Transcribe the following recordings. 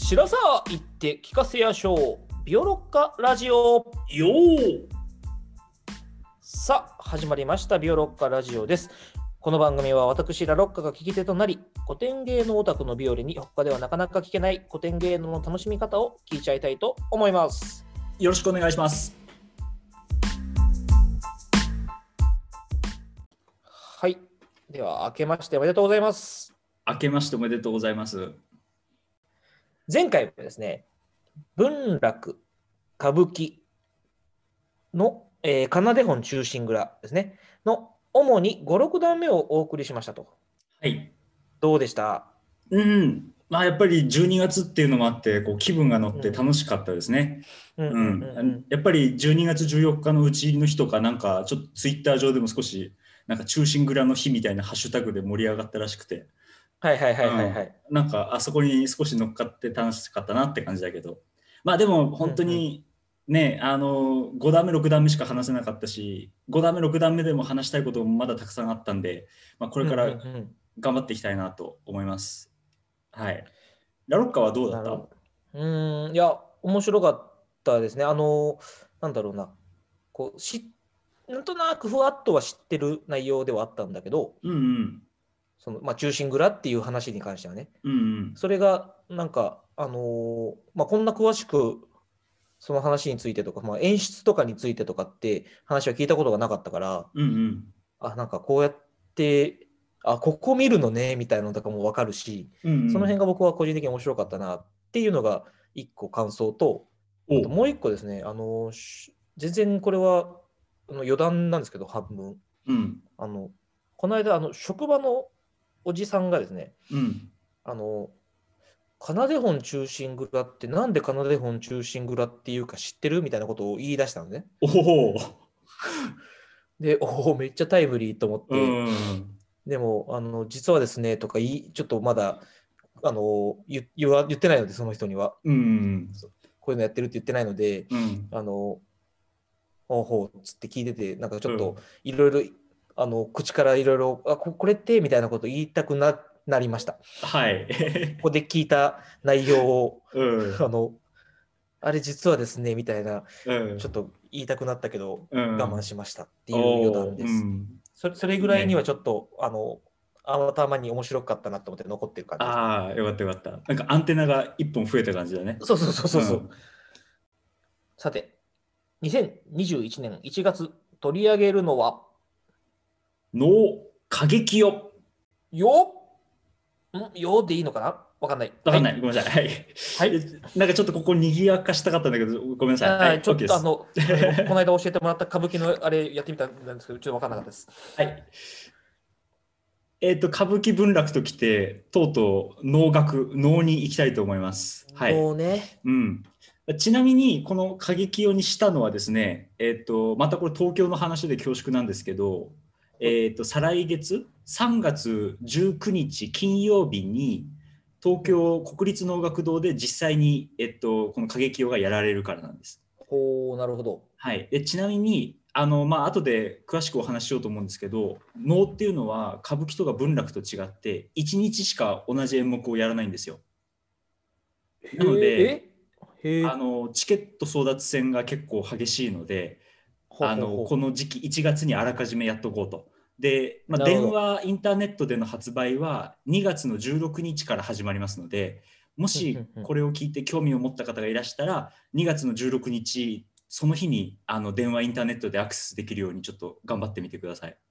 白沢行って聞かせやしょうビオロッカラジオよー。 さあ始まりましたビオロッカラジオです。この番組は私ラロッカが聞き手となり、古典芸能オタクのビオレに他ではなかなか聞けない古典芸能の楽しみ方を聞いちゃいたいと思います。 よろしくお願いします。 はい、では明けましておめでとうございます。 明けましておめでとうございます。 前回はですね、文楽歌舞伎の、仮名手本忠臣蔵ですねの主に5、6段目をお送りしましたと。 はい。 どうでした？ まあやっぱり12月っていうのもあってこう気分が乗って楽しかったですね。やっぱり12月14日のうちの日とかなんかちょっとツイッター上でも少しなんか忠臣蔵の日みたいなハッシュタグで盛り上がったらしくて、なんかあそこに少し乗っかって楽しかったなって感じだけど、まあでも本当にね、5段目6段目しか話せなかったし、5段目6段目でも話したいこともまだたくさんあったんで、まあ、これから頑張っていきたいなと思います。はい。ラロッカはどうだった？ いや、面白かったですね。なんだろうな。なんとなくふわっとは知ってる内容ではあったんだけど、忠臣蔵っていう話に関してはね、それがなんか、こんな詳しくその話についてとか、演出とかについてとかって話は聞いたことがなかったから、なんかこうやって、ここ見るのねみたいなのとかも分かるし、その辺が僕は個人的に面白かったなっていうのが一個感想と、あともう一個ですね、全然これは余談なんですけど、半分。この間、職場のおじさんがですね、仮名手本忠臣蔵ってなんで仮名手本忠臣蔵っていうか知ってるみたいなことを言い出したのね。で、めっちゃタイムリーと思って、でも実はですねとかちょっとまだ言ってないので、その人には、こういうのやってるって言ってないので、ほうっつって聞いてて、なんかちょっといろいろ口からいろいろこれってみたいなこと言いたくなりました。 はい。 ここで聞いた内容を、あれ実はですねみたいな、ちょっと言いたくなったけど、我慢しましたっていう余談です。それぐらいにはちょっと頭に面白かったなと思って残ってる感じです。 ああ、よかったよかった。なんかアンテナが一本増えた感じだね。 そう。さて、2021年1月取り上げるのは歌劇よでいいのかな、わかんない。 わかんない。ごめんなさい。はい。なんかちょっとここ賑やかしたかったんだけど、ごめんなさい。はい。 ちょっとこの間教えてもらった歌舞伎のあれやってみたんですけど、ちょっとわかんなかったです。 はい。歌舞伎文楽ときて、とうとう能に行きたいと思います。はい。 能ね。 ちなみに、この歌劇用にしたのはですね、またこれ東京の話で恐縮なんですけど、再来月、3月19日金曜日に、東京国立能楽堂で実際に、この歌劇用がやられるからなんです。 なるほど。 はい。ちなみに、後で詳しくお話ししようと思うんですけど、能っていうのは歌舞伎とか文楽と違って1日しか同じ演目をやらないんですよ。なのでチケット争奪戦が結構激しいので、この時期1月にあらかじめやっとこうと。で、電話インターネットでの発売は2月の16日から始まりますので、もしこれを聞いて興味を持った方がいらしたら2月の16日その日に電話インターネットでアクセスできるようにちょっと頑張ってみてください。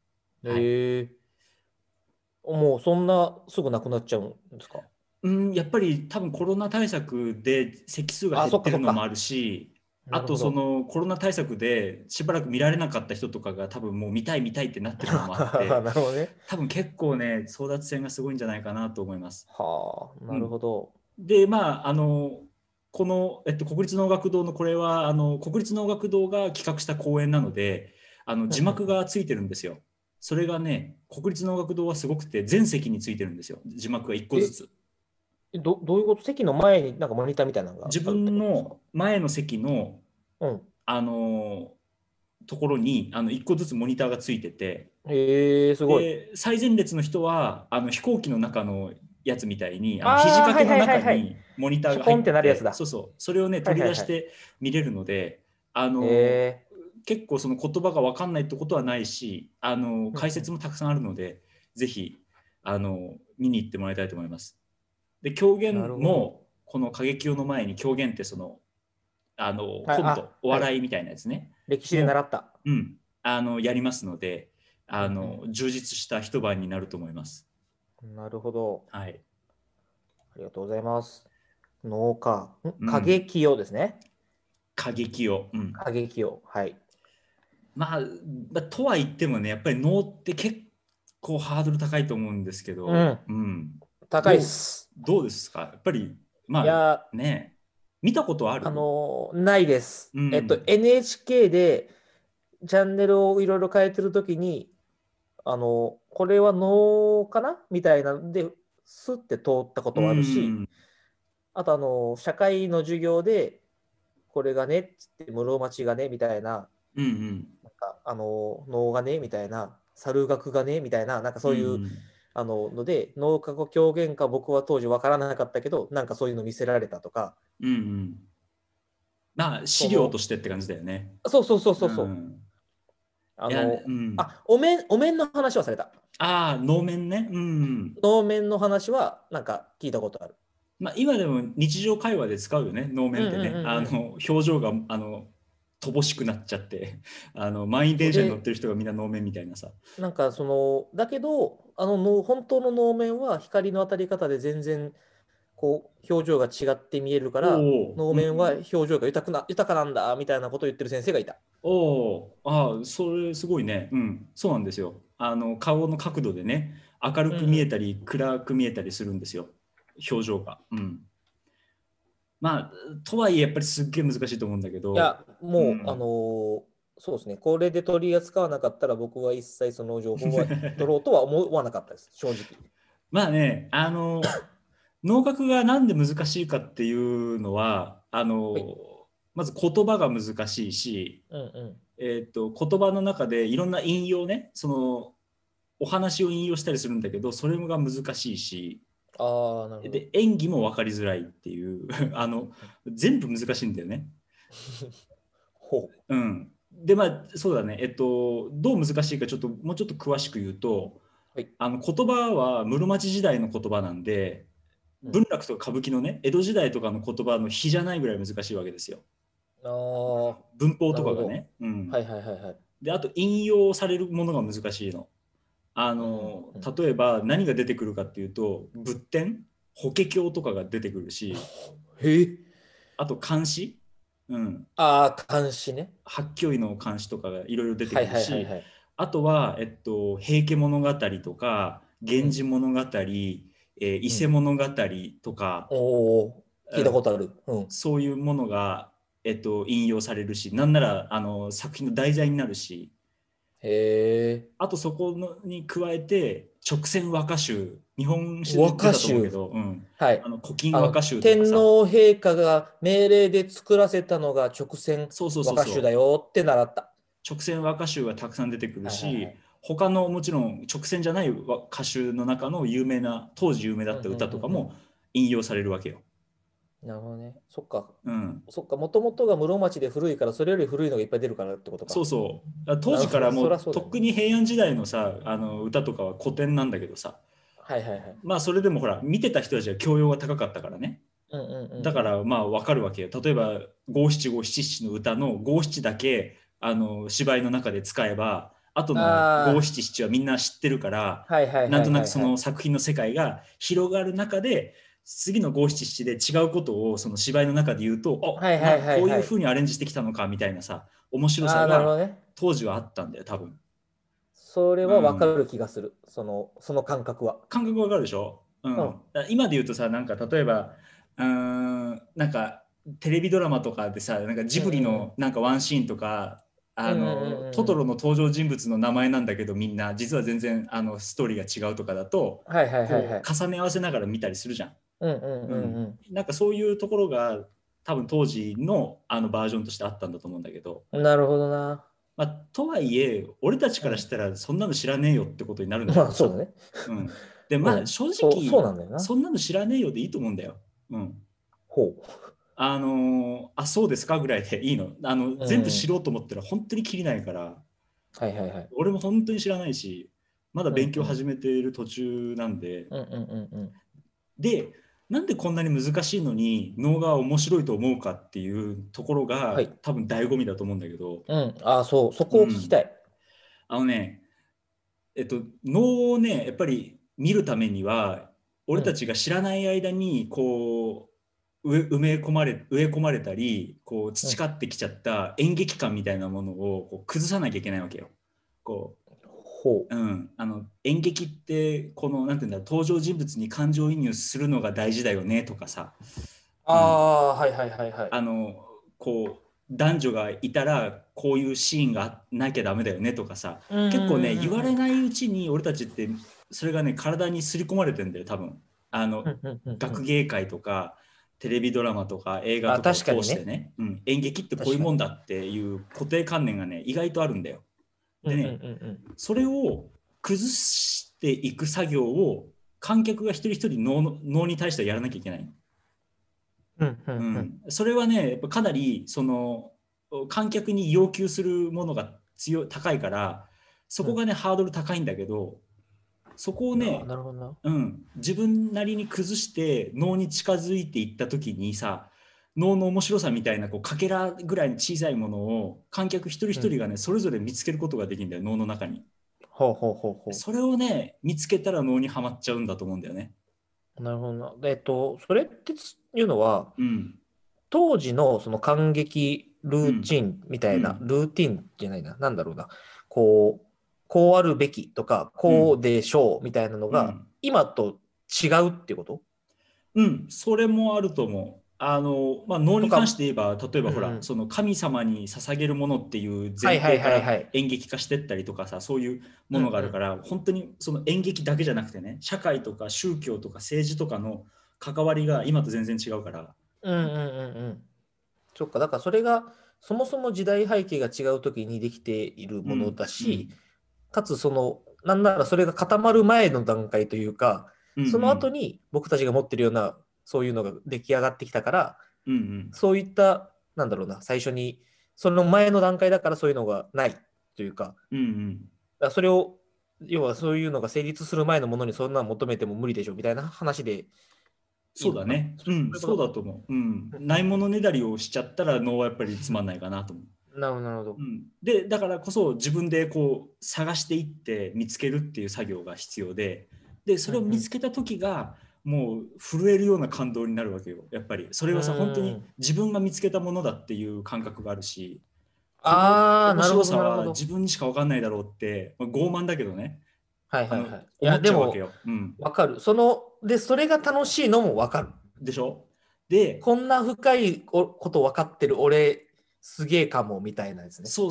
もうそんなすぐなくなっちゃうんですか？ やっぱり多分コロナ対策で席数が減ってるのもあるし、あとそのコロナ対策でしばらく見られなかった人とかが多分もう見たいってなってるのもあってなるほどね。 多分結構ね争奪戦がすごいんじゃないかなと思います。 なるほど。 でこの、国立能楽堂のこれは国立能楽堂が企画した公演なので字幕がついてるんですよ。それがね国立能楽堂はすごくて全席についてるんですよ、字幕が1個ずつ。 どういうこと？席の前になんかモニターみたいなのがあるってことですか？ 自分の前の席の、ところに1個ずつモニターがついてて、 すごい。 で最前列の人は飛行機の中のやつみたいに肘掛けの中にモニターが入ってて、それをね取り出して見れるので、結構その言葉が分かんないってことはないし、解説もたくさんあるので、ぜひ見に行ってもらいたいと思います。で狂言もこの歌劇用の前に狂言ってそのコントお笑いみたいなやつね、 歴史で習った、 やりますので充実した一晩になると思います。 なるほど。 はい。 ありがとうございます。能か。歌劇用ですね。 歌劇用。 歌劇用。はい。 まあ、とは言ってもね、やっぱり能って結構ハードル高いと思うんですけど、 高いっす。 どうですか？やっぱり、まあ、ね、見たことある？ ないです。NHK でチャンネルをいろいろ変えてるときに、これは能かなみたいなので、スッて通ったことはあるし、あと社会の授業で、これがねっつって室町がねみたいな、なんか能がねみたいな、猿楽がねみたいな、なんかそういう、ので、能か狂言か僕は当時分からなかったけど、なんかそういうの見せられたとか。 まあ資料としてって感じだよね。 そう。お面の話はされた。 能面ね。 能面の話はなんか聞いたことある。 まあ今でも日常会話で使うよね、能面ってね。表情が乏しくなっちゃって満員電車に乗ってる人がみんな能面みたいなさ。 なんかだけど本当の能面は光の当たり方で全然こう表情が違って見えるから能面は表情が豊かなんだみたいなことを言ってる先生がいた。 それすごいね。そうなんですよ。顔の角度でね、明るく見えたり暗く見えたりするんですよ、表情が。まあとはいえやっぱりすっげえ難しいと思うんだけど。 いやもう、そうですね、これで取り扱わなかったら僕は一切その情報は取ろうとは思わなかったです、正直。 まあね、能楽がなんで難しいかっていうのはまず言葉が難しいし、言葉の中でいろんな引用ね、そのお話を引用したりするんだけど、それが難しいし、で演技も分かりづらいっていう全部難しいんだよね。でまあそうだね、どう難しいかもうちょっと詳しく言うと、言葉は室町時代の言葉なんで、文楽とか歌舞伎のね江戸時代とかの言葉の比じゃないぐらい難しいわけですよ。文法とかがね。であと引用されるものが難しいの。例えば何が出てくるかっていうと、仏典、法華経とかが出てくるし、あと漢詩、 漢詩ね。 八教医の漢詩とかがいろいろ出てくるし、あとは、平家物語とか源氏物語、伊勢物語とか、 聞いたことある、 そういうものが、引用されるし、なんなら作品の題材になるし、あとそこに加えて直線和歌集、日本史で出たと思うけど、古今和歌集とかさ、 天皇陛下が命令で作らせたのが直線和歌集だよって習った。 直線和歌集がたくさん出てくるし、他のもちろん直線じゃない歌集の中の当時有名だった歌とかも引用されるわけよ。 なるほどね。そっか。もともとが室町で古いから、それより古いのがいっぱい出るからってことか。 そう当時からもうとっくに平安時代のさ歌とかは古典なんだけどさ、まあそれでもほら見てた人たちは教養が高かったからね。だからまあ分かるわけよ。例えば五七五七七の歌の五七だけ芝居の中で使えば、あとの五七七はみんな知ってるから、なんとなくその作品の世界が広がる中で、次の五七七で違うことをその芝居の中で言うと、こういう風にアレンジしてきたのかみたいなさ、面白さが当時はあったんだよ、多分。 それは分かる気がする、その感覚は。 感覚分かるでしょ。今で言うとさ、なんか例えばなんかテレビドラマとかでさ、なんかジブリのなんかワンシーンとか、トトロの登場人物の名前なんだけどみんな実は全然ストーリーが違うとかだと、重ね合わせながら見たりするじゃん。なんかそういうところが多分当時のバージョンとしてあったんだと思うんだけど。 なるほどな。 まあ、とはいえ俺たちからしたらそんなの知らねえよってことになるんだけどさ。 で、まあ正直、 そうなんだよな。 そんなの知らねえよでいいと思うんだよ。うん。 ほう。 そうですかぐらいでいいの。全部知ろうと思ったら本当にきりないから、 はいはいはい。 俺も本当に知らないし、まだ勉強始めている途中なんで、で、なんでこんなに難しいのに脳が面白いと思うかっていうところが、多分醍醐味だと思うんだけど、 そこを聞きたい。 あのね、脳をね、やっぱり見るためには、俺たちが知らない間に、こう、植え込まれたり、こう、培ってきちゃった演劇感みたいなものをこう崩さなきゃいけないわけよ。こう、演劇って、この、なんていうんだろう、登場人物に感情移入するのが大事だよねとかさ、 はいはいはいはい。 こう、男女がいたらこういうシーンがなきゃダメだよねとかさ、結構ね言われないうちに俺たちってそれがね体に刷り込まれてんだよ多分。学芸会とかテレビドラマとか映画とかを通してね、演劇ってこういうもんだっていう固定観念がね意外とあるんだよ。でね、それを崩していく作業を観客が一人一人脳に対してやらなきゃいけない。それはねやっぱかなりその観客に要求するものが高いからそこがね、ハードル高いんだけどそこをね、自分なりに崩して脳に近づいていった時にさ脳の面白さみたいなこうかけらぐらいの小さいものを観客一人一人がね、それぞれ見つけることができるんだよ脳の中に。それをね見つけたら脳にはまっちゃうんだと思うんだよね。 なるほどな。それっていうのは、当時のその感激ルーチンみたいな、ルーティンじゃないな、なんだろうな、こうあるべきとか、こうでしょうみたいなのが、今と違うっていうこと？ それもあると思う。能に関して言えば、例えばほら、その神様に捧げるものっていう前提から演劇化してったりとかさ、そういうものがあるから、本当にその演劇だけじゃなくてね、社会とか宗教とか政治とかの関わりが今と全然違うから。 そっか、だからそれがそもそも時代背景が違う時にできているものだし、かつなんならそれが固まる前の段階というか、その後に僕たちが持ってるようなそういうのが出来上がってきたから、そういったなんだろうな、最初にその前の段階だからそういうのがないというか、だそれを要はそういうのが成立する前のものにそんなの求めても無理でしょみたいな話でそうだね。そうだと思う。ないものねだりをしちゃったら脳はやっぱりつまんないかなと思う。 なるほど。 で、だからこそ自分でこう探していって見つけるっていう作業が必要で、それを見つけた時がもう震えるような感動になるわけよ。やっぱりそれはさ、本当に自分が見つけたものだっていう感覚があるし、この面白さは自分にしか分かんないだろうって、傲慢だけどね。思っちゃうわけよ。 わかる。それが楽しいのもわかる。 でしょ？で、 こんな深いこと分かってる俺、すげえかもみたいなですね。 そう。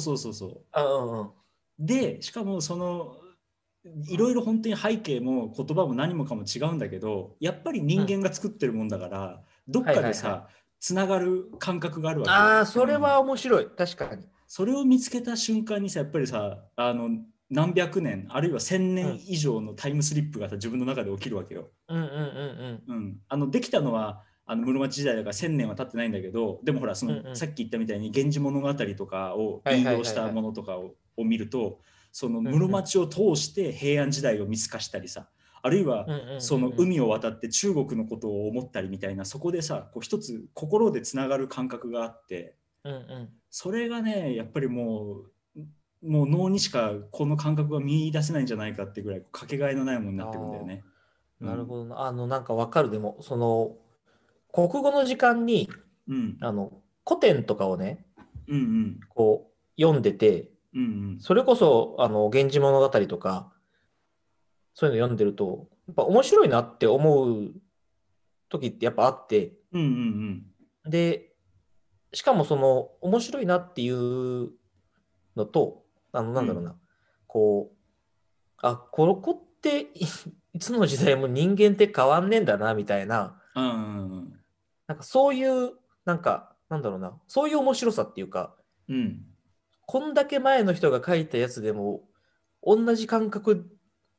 で、しかもいろいろ本当に背景も言葉も何もかも違うんだけど、やっぱり人間が作ってるもんだから、どっかでさ、つながる感覚があるわけよ。 それは面白い。確かに。 それを見つけた瞬間にさ、やっぱりさ、何百年あるいは1000年以上のタイムスリップがさ自分の中で起きるわけよ。できたのは室町時代だから1000年は経ってないんだけど、でもほらさっき言ったみたいに「源氏物語」とかを引用したものとかを見ると、その室町を通して平安時代を見透かしたりさ、あるいはその海を渡って中国のことを思ったりみたいな、そこでさこう一つ心でつながる感覚があって、それがねやっぱりもう脳にしかこの感覚が見出せないんじゃないかってぐらいかけがえのないものになってくるんだよね。 なるほどな。なんかわかる。でも国語の時間に、古典とかをね、こう読んでて、それこそ源氏物語とかそういうの読んでるとやっぱ面白いなって思う時ってやっぱあって、でしかも面白いなっていうのとなんだろうな、ここっていつの時代も人間って変わんねえんだなみたいな、なんかそういうなんだろうな、そういう面白さっていうか、こんだけ前の人が書いたやつでも同じ感覚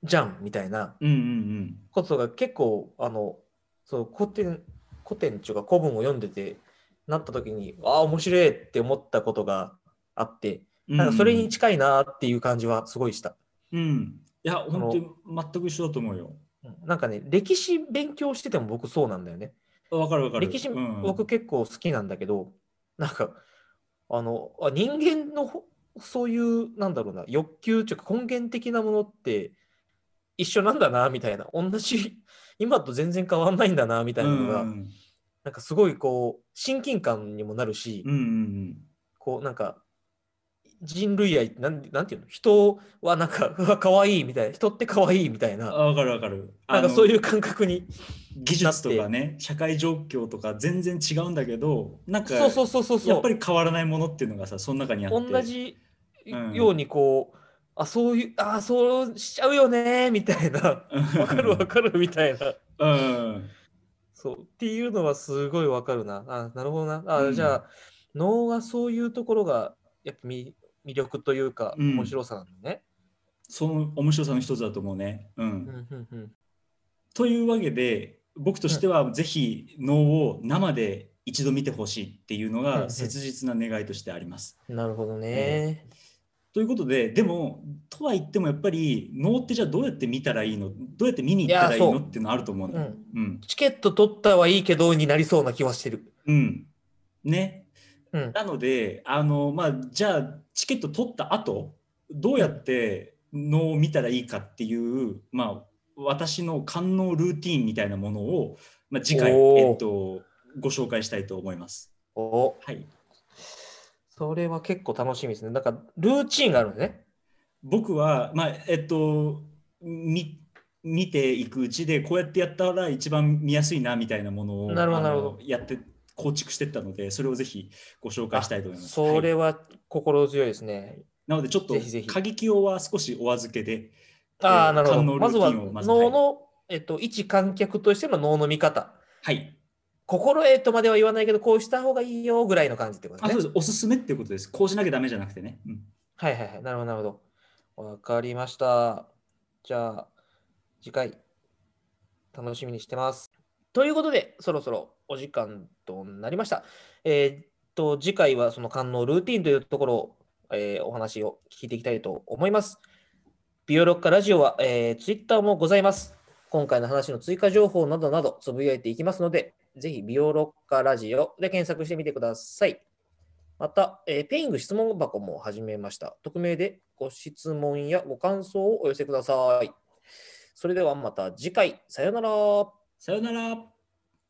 じゃんみたいなことが結構そう古典っていうか古文を読んでてなった時に面白いって思ったことがあって、なんかそれに近いなっていう感じはすごいした。 いや本当に全く一緒だと思うよ。 なんかね、歴史勉強してても僕そうなんだよね。 わかるわかる。 歴史、僕結構好きなんだけど、なんか人間のそういうなんだろうな欲求というか根源的なものって一緒なんだなみたいな、同じ今と全然変わんないんだなみたいなのが、なんかすごいこう親近感にもなるし、こうなんか人類愛なんていうの、人はなんか可愛いみたいな、人って可愛いみたいな、 わかるわかる。 なんかそういう感覚に技術とかね、社会状況とか全然違うんだけど、なんかやっぱり変わらないものっていうのがさ、その中にあって同じようにこう、そうしちゃうよねみたいな、わかるわかるみたいな、そうっていうのはすごいわかるな。なるほどな。じゃあ能はそういうところがやっぱ魅力というか面白さなのね。 その面白さの一つだと思うね。というわけで僕としてはぜひ能を生で一度見てほしいっていうのが切実な願いとしてあります。 なるほどね。 ということで、でもとは言ってもやっぱり能ってじゃあどうやって見たらいいの、どうやって見に行ったらいいのっていうのあると思うの。 チケット取ったはいいけどになりそうな気はしてる。 ね。なのでじゃあチケット取った後どうやって能を見たらいいかっていう、私の観能ルーティーンみたいなものを、次回、ご紹介したいと思います。 はい。それは結構楽しみですね。なんかルーチンがあるんですね。 僕は見ていくうちでこうやってやったら一番見やすいなみたいなものをやって構築していったので、それをぜひご紹介したいと思います。 それは心強いですね。 なのでちょっと過激用は少しお預けで。 なるほど。まずは能の、一観客としての能の見方。 はい。 心得とまでは言わないけど、こうした方がいいよぐらいの感じってことですね。 そうです。おすすめっていうことです。こうしなきゃダメじゃなくてね。 はいはいはい。なるほどなるほど。わかりました。じゃあ、次回、楽しみにしてます。ということで、そろそろお時間となりました。次回はその観能ルーティンというところを、お話を聞いていきたいと思います。ビオロッカラジオは、ツイッターもございます。今回の話の追加情報などなどつぶやいていきますので、ぜひビオロッカラジオで検索してみてください。また、ペイング質問箱も始めました。匿名でご質問やご感想をお寄せください。それではまた次回、さよなら。 さよなら。